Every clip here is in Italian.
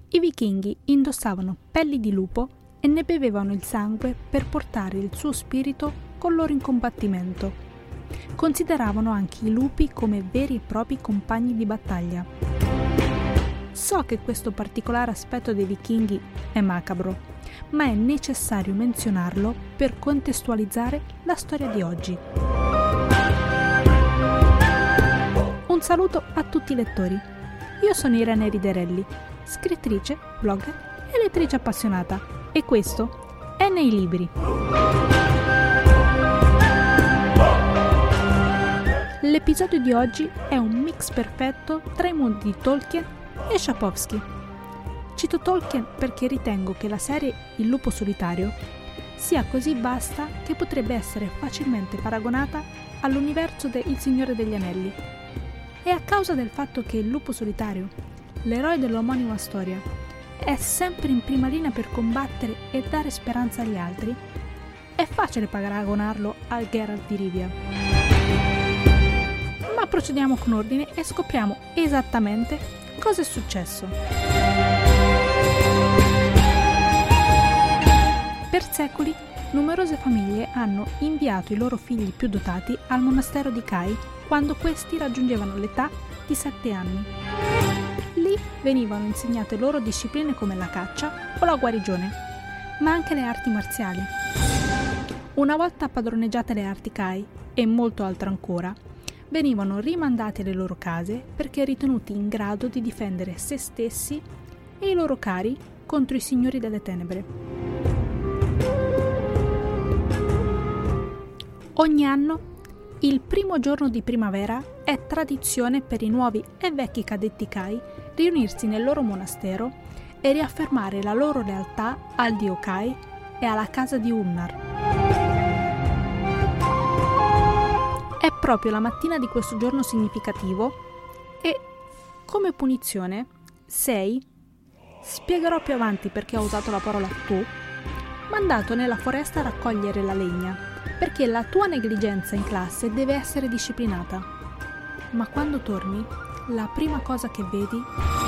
I vichinghi indossavano pelli di lupo e ne bevevano il sangue per portare il suo spirito con loro in combattimento. Consideravano anche i lupi come veri e propri compagni di battaglia. So che questo particolare aspetto dei vichinghi è macabro, ma è necessario menzionarlo per contestualizzare la storia di oggi. Un saluto a tutti i lettori. Io sono Irene Riderelli, scrittrice, blogger e lettrice appassionata, e questo è Nei Libri. L'episodio di oggi è un mix perfetto tra i mondi di Tolkien e Sapkowski. Cito Tolkien perché ritengo che la serie Il lupo solitario sia così vasta che potrebbe essere facilmente paragonata all'universo de Il Signore degli Anelli. E a causa del fatto che il lupo solitario, l'eroe dell'omonima storia, è sempre in prima linea per combattere e dare speranza agli altri, è facile paragonarlo al Geralt di Rivia. Ma procediamo con ordine e scopriamo esattamente cosa è successo. Per secoli, numerose famiglie hanno inviato i loro figli più dotati al monastero di Kai quando questi raggiungevano l'età di 7 anni. Lì venivano insegnate loro discipline come la caccia o la guarigione, ma anche le arti marziali. Una volta padroneggiate le arti Kai e molto altro ancora, venivano rimandati alle loro case perché ritenuti in grado di difendere se stessi e i loro cari contro i signori delle tenebre. Ogni anno, il primo giorno di primavera, è tradizione per i nuovi e vecchi cadetti Kai riunirsi nel loro monastero e riaffermare la loro lealtà al dio Kai e alla casa di Unnar. È proprio la mattina di questo giorno significativo e, come punizione, sei, spiegherò più avanti perché ho usato la parola tu, mandato nella foresta a raccogliere la legna, perché la tua negligenza in classe deve essere disciplinata. Ma quando torni, la prima cosa che vedi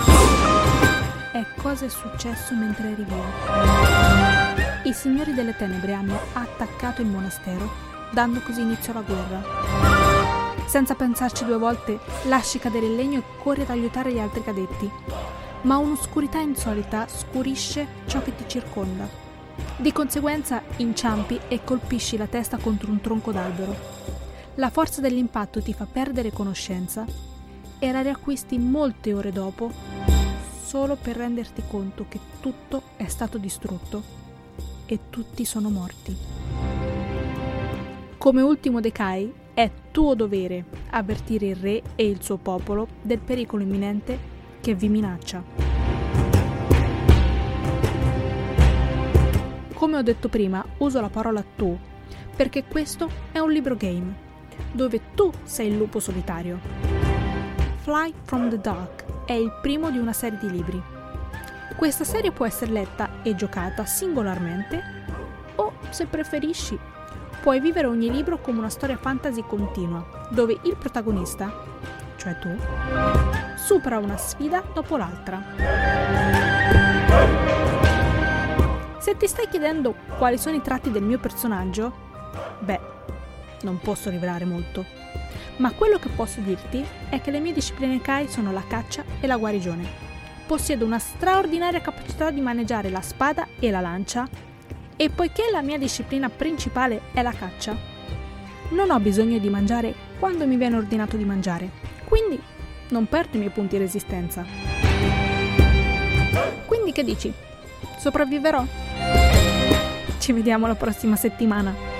è cosa è successo mentre eri via. I signori delle tenebre hanno attaccato il monastero, dando così inizio alla guerra. Senza pensarci due volte, lasci cadere il legno e corri ad aiutare gli altri cadetti. Ma un'oscurità insolita scurisce ciò che ti circonda. Di conseguenza inciampi e colpisci la testa contro un tronco d'albero. La forza dell'impatto ti fa perdere conoscenza e la riacquisti molte ore dopo solo per renderti conto che tutto è stato distrutto e tutti sono morti. Come ultimo dei Kai, è tuo dovere avvertire il re e il suo popolo del pericolo imminente che vi minaccia. Come ho detto prima, uso la parola tu perché questo è un libro game, dove tu sei il lupo solitario. Fly from the Dark è il primo di una serie di libri. Questa serie può essere letta e giocata singolarmente o, se preferisci, puoi vivere ogni libro come una storia fantasy continua, dove il protagonista, cioè tu, supera una sfida dopo l'altra. Se ti stai chiedendo quali sono i tratti del mio personaggio, non posso rivelare molto. Ma quello che posso dirti è che le mie discipline Kai sono la caccia e la guarigione. Possiedo una straordinaria capacità di maneggiare la spada e la lancia, e poiché la mia disciplina principale è la caccia, non ho bisogno di mangiare quando mi viene ordinato di mangiare, quindi non perdo i miei punti di resistenza. Quindi che dici? Sopravviverò? Ci vediamo la prossima settimana.